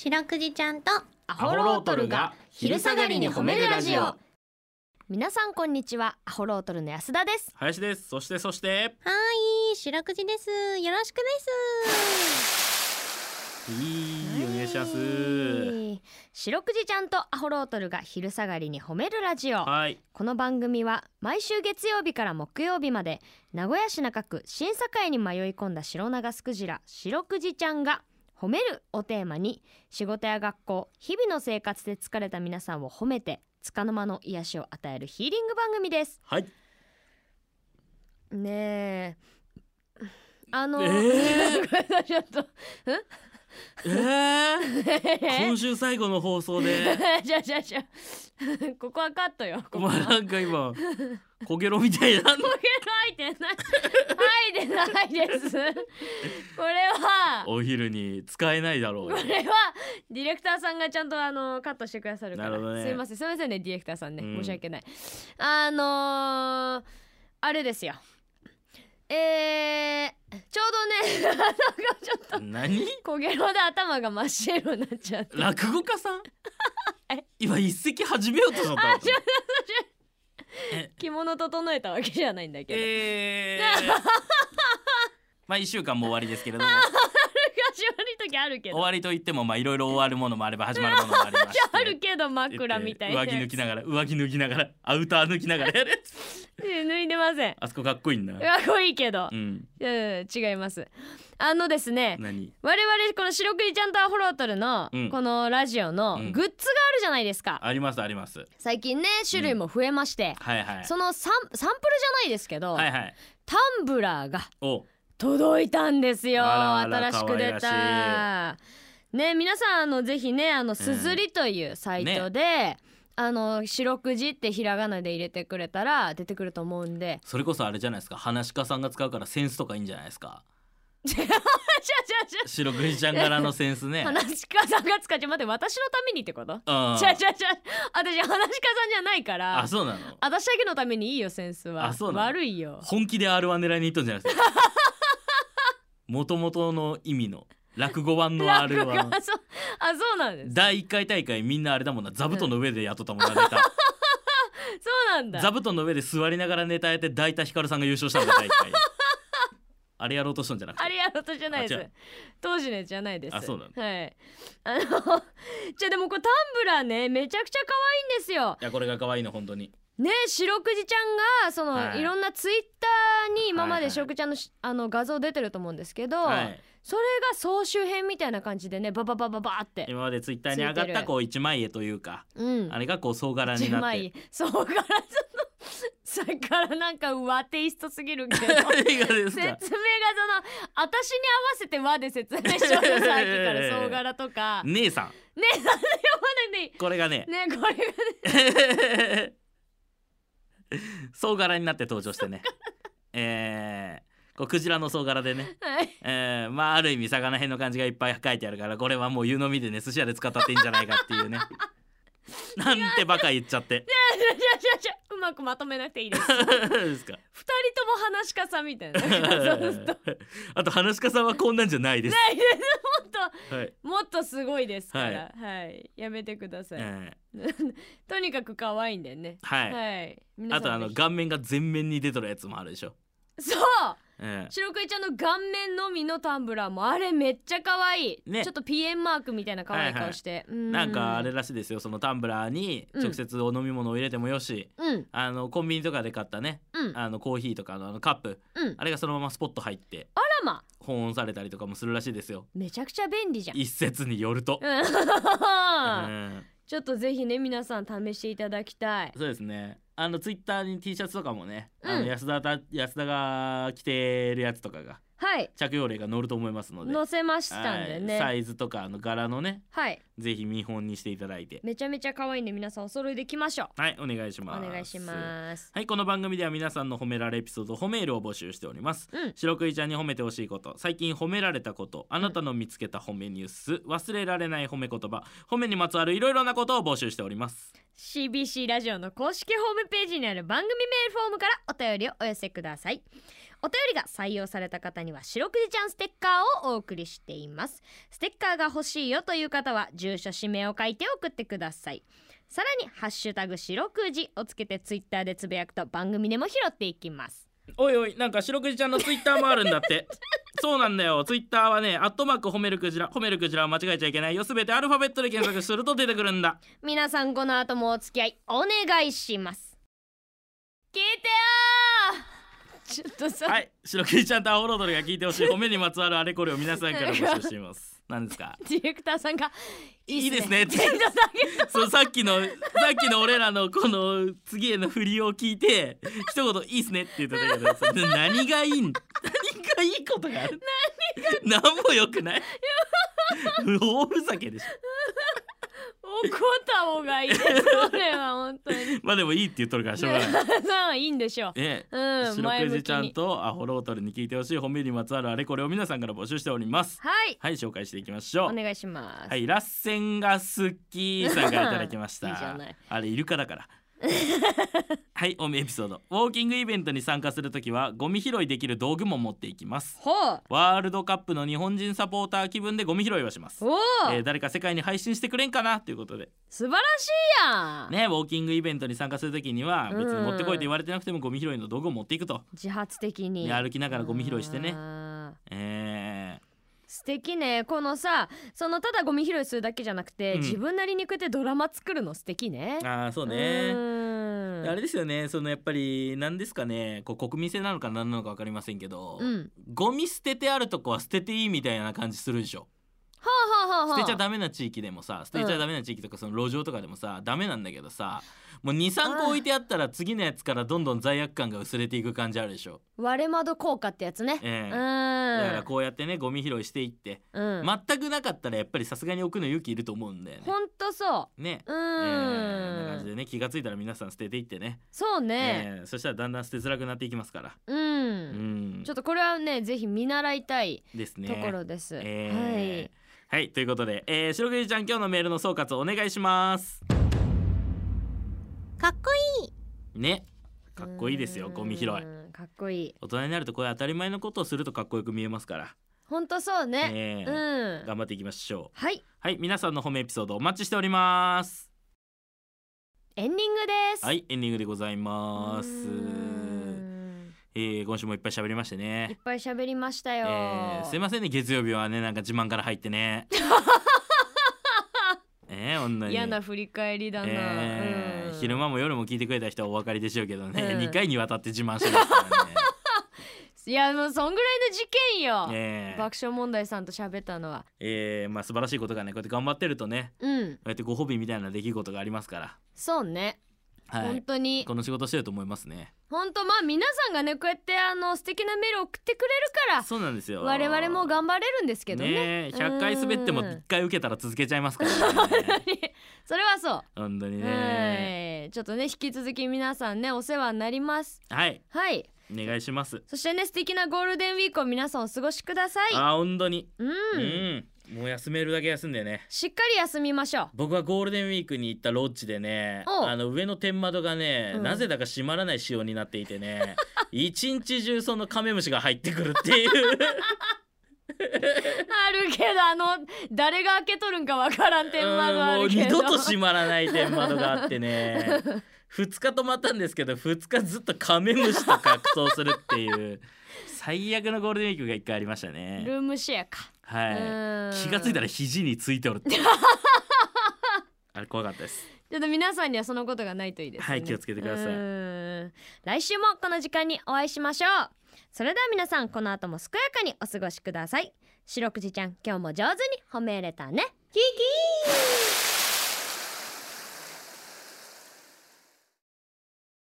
白くじちゃんとアホロートルが昼下がりに褒めるラジオ。 皆さんこんにちは。アホロートルの安田です。 林です。そしてはい白くじです。よろしくです。 お願いします。 白くじちゃんとアホロートルが昼下がりに褒めるラジオ。 はい。 この番組は毎週月曜日から木曜日まで名古屋市中区審査会に迷い込んだ白長スクジラ白くじちゃんが褒めるをテーマに仕事や学校日々の生活で疲れた皆さんを褒めて束の間の癒しを与えるヒーリング番組です。 はいねえちょっと今週最後の放送でじゃここはカットよ。 お前なんか今コゲロみたいなコゲロ入ってないですこれはお昼に使えないだろうよ。 これはディレクターさんがちゃんとカットしてくださるから、 なるほどね、 すいませんねディレクターさんね、申し訳ない。あれですよ、ちょうどねちょっと何コゲロで頭が真っ白になっちゃって落語家さん今一席始めようとした着物整えたわけじゃないんだけど、 まあ1週間も終わりですけれども始まる時あるけど、 終わりといってもまあいろいろ終わるものもあれば始まるものもありましてあるけど枕みたいな上着抜きながらアウター抜きながらやるやつ脱いでません。 あそこかっこいいんだ。 かっこいいけど、 うん違います。ですね、 何我々この白くじちゃんとアホロートルのうんこのラジオのグッズがあるじゃないですか、 あります最近ね種類も増えまして、 はいはいそのサンプルじゃないですけど、 はいはいタンブラーがお届いたんですよ。 あらあら新しく出可愛たね。皆さんぜひねすずりというサイトで、白くじってひらがなで入れてくれたら出てくると思うんで、 それこそあれじゃないですか、話し家さんが使うからセンスとかいいんじゃないですか。白くじちゃん柄のセンスね話し家さんが使っちゃ、待って私のためにってこと？私話し家さんじゃないから。 あ、そうなの。 私だけのためにいいよセンスは。 あ、そうなの。 悪いよ。 本気で R1 狙いに行ったんじゃないですか元々の意味の落語版の R1 そうなんです。 第1回大会みんなあれだもんな、座布団の上でやっとったもんな、ネタそうなんだ。 座布団の上で座りながらネタやって大田ヒカルさんが優勝したんだ第1回あれやろうとしたんじゃなくて。 あれやろうとじゃないです。当時のやつじゃないです。 あ、そうなの。 はいじゃあでもこれタンブラーねめちゃくちゃ可愛いんですよ。 いやこれが可愛いの本当にね。白くじちゃんがはいいろんなツイッターに今まで白くじちゃんの画像出てると思うんですけど、 はいそれが総集編みたいな感じでねババって今までツイッターに上がったこう一枚絵というか、あれがこう総柄になって総柄さっきからなんか和テイストすぎるけど何がですか。 説明が私に合わせて和で説明しようよさっきから総柄とか姉さんなんで呼ばないでこれがねこれがね総柄になって登場してねこうクジラの総柄でね、まあある意味魚編の感じがいっぱい書いてあるから、これはもう湯飲みでね寿司屋で使ったっていいんじゃないかっていうねなんてバカ言っちゃってうまくまとめなくていいですですか。 二人とも話し家さんみたいなあと話し家さんはこんなんじゃないです。 ないですはいもっとすごいですからはいやめてください、とにかく可愛いんだよね。 はいあと皆さんぜひ顔面が全面に出とるやつもあるでしょ。 そう白くじちゃんの顔面のみのタンブラーもあれめっちゃ可愛い、 ね、 ちょっと PM マークみたいな可愛い顔して、 なんかあれらしいですよ、そのタンブラーに直接お飲み物を入れてもよし、コンビニとかで買ったね、コーヒーとかのカップ、あれがそのままスポット入ってあらま保温されたりとかもするらしいですよ。 めちゃくちゃ便利じゃん一説によると、 ちょっとぜひね皆さん試していただきたい。 そうですね。ツイッターに T シャツとかもね、安田が着てるやつとかが着用例が載ると思いますので載せましたんでね、 サイズとか柄のね、ぜひ見本にしていただいてめちゃめちゃ可愛いんで皆さんお揃いで着ましょう。 はい、お願いします。 お願いします。 はい、この番組では皆さんの褒められエピソード褒めールを募集しております、白くじちゃんに褒めてほしいこと、最近褒められたこと、あなたの見つけた褒めニュース、忘れられない褒め言葉、褒めにまつわるいろいろなことを募集しております。 CBC ラジオの公式ホームページにある番組メールフォームからお便りをお寄せください。 お便りが採用された方には白くじちゃんステッカーをお送りしています。ステッカーが欲しいよという方は住所氏名を書いて送ってください。さらにハッシュタグ白くじをつけてツイッターでつぶやくと番組でも拾っていきます。 おいおい、なんか白くじちゃんのツイッターもあるんだってそうなんだよ、ツイッターはね、褒めるクジラ、褒めるクジラは間違えちゃいけないよ、すべてアルファベットで検索すると出てくるんだ。 皆さんこの後もお付き合いお願いします。聞いてよちょっとさ、 はい、白くじちゃんとアホロードルが聞いてほしい褒めにまつわるあれこれを皆さんから募集しています何ですか？ ディレクターさんがいいですねってそう、さっきの俺らのこの次への振りを聞いて一言いいっすねって言ってたけど何がいいことがある？何も良くない大ふざけでしょ怒った方がいいですそれは本当にまあでもいいって言っとるからしょうがないいいんでしょう。 白くじちゃんとアホロートルに聞いてほしい褒めにまつわるあれこれを皆さんから募集しております。はい、紹介していきましょう。 お願いします。 はい、ラッセンが好きさんからいただきましたいいじゃない、 あれイルカだからはい、おみエピソード。ウォーキングイベントに参加するときはゴミ拾いできる道具も持っていきます。ワールドカップの日本人サポーター気分でゴミ拾いをします。誰か世界に配信してくれんかなということで、 素晴らしいやんね。ウォーキングイベントに参加するときには別に持ってこいと言われてなくてもゴミ拾いの道具を持っていくと、 自発的に、 歩きながらゴミ拾いしてね。 素敵ね。このさ、そのただゴミ拾いするだけじゃなくて、自分なりにこうやってドラマ作るの素敵ね。 そうね。あれですよね、そのやっぱり何ですかね、こう国民性なのか何なのか分かりませんけど、ゴミ捨ててあるとこは捨てていいみたいな感じするでしょ。捨てちゃダメな地域でもさ、捨てちゃダメな地域とかその路上とかでもさ、ダメなんだけどさ、もう 2,3 個置いてあったら次のやつからどんどん罪悪感が薄れていく感じあるでしょ。 割れ窓効果ってやつね。 だからこうやってねゴミ拾いしていって、全くなかったらやっぱりさすがに置くの勇気いると思うんだよね。 ほんとそうね。こんな感じでね、気がついたら皆さん捨てていってね。そうね、そしたらだんだん捨てづらくなっていきますから。ちょっとこれはねぜひ見習いたいですね、 ところです。 はい、ということで、白くじちゃん今日のメールの総括お願いします。 かっこいいね。かっこいいですよ、ゴミ拾い。 かっこいい。 大人になるとこういう当たり前のことをするとかっこよく見えますから。 ほんとそうね。 頑張っていきましょう。 はい、 皆さんの褒めエピソードお待ちしております。 エンディングです。 はい、エンディングでございます。今週もいっぱい喋りましてね。 いっぱい喋りましたよ。 すいませんね、月曜日はねなんか自慢から入ってね嫌な振り返りだな。 昼間も夜も聞いてくれた人はお分かりでしょうけどね、2回にわたって自慢してますからねいやもうそんぐらいの事件よ、爆笑問題さんと喋ったのは。 素晴らしいことがね、こうやって頑張ってるとね、こうやってご褒美みたいな出来事がありますから。 そうね、本当にこの仕事してると思いますね。 本当皆さんがねこうやって素敵なメールを送ってくれるから、 そうなんですよ、 我々も頑張れるんですけどね。 100回滑っても1回受けたら続けちゃいますからねそれはそう、 本当にね。 ちょっとね引き続き皆さんねお世話になります。はい、 お願いします。 そしてね素敵なゴールデンウィークを皆さんお過ごしください。 本当にもう休めるだけ休んでね、 しっかり休みましょう。 僕はゴールデンウィークに行ったロッジでね、上の天窓がね、なぜだか閉まらない仕様になっていてね一日中そのカメムシが入ってくるっていうあるけど誰が開けとるんかわからん天窓あるけど、 もう二度と閉まらない天窓があってね2日泊まったんですけど2日ずっとカメムシと格闘するっていう最悪のゴールデンウィークが1回ありましたね。 ルームシェアか。 気がついたら肘についておるってあれ怖かったです。 ちょっと皆さんにはそのことがないといいですね。 気をつけてください。 来週もこの時間にお会いしましょう。それでは皆さんこの後も健やかにお過ごしください。白くじちゃん今日も上手に褒めれたね。キキー。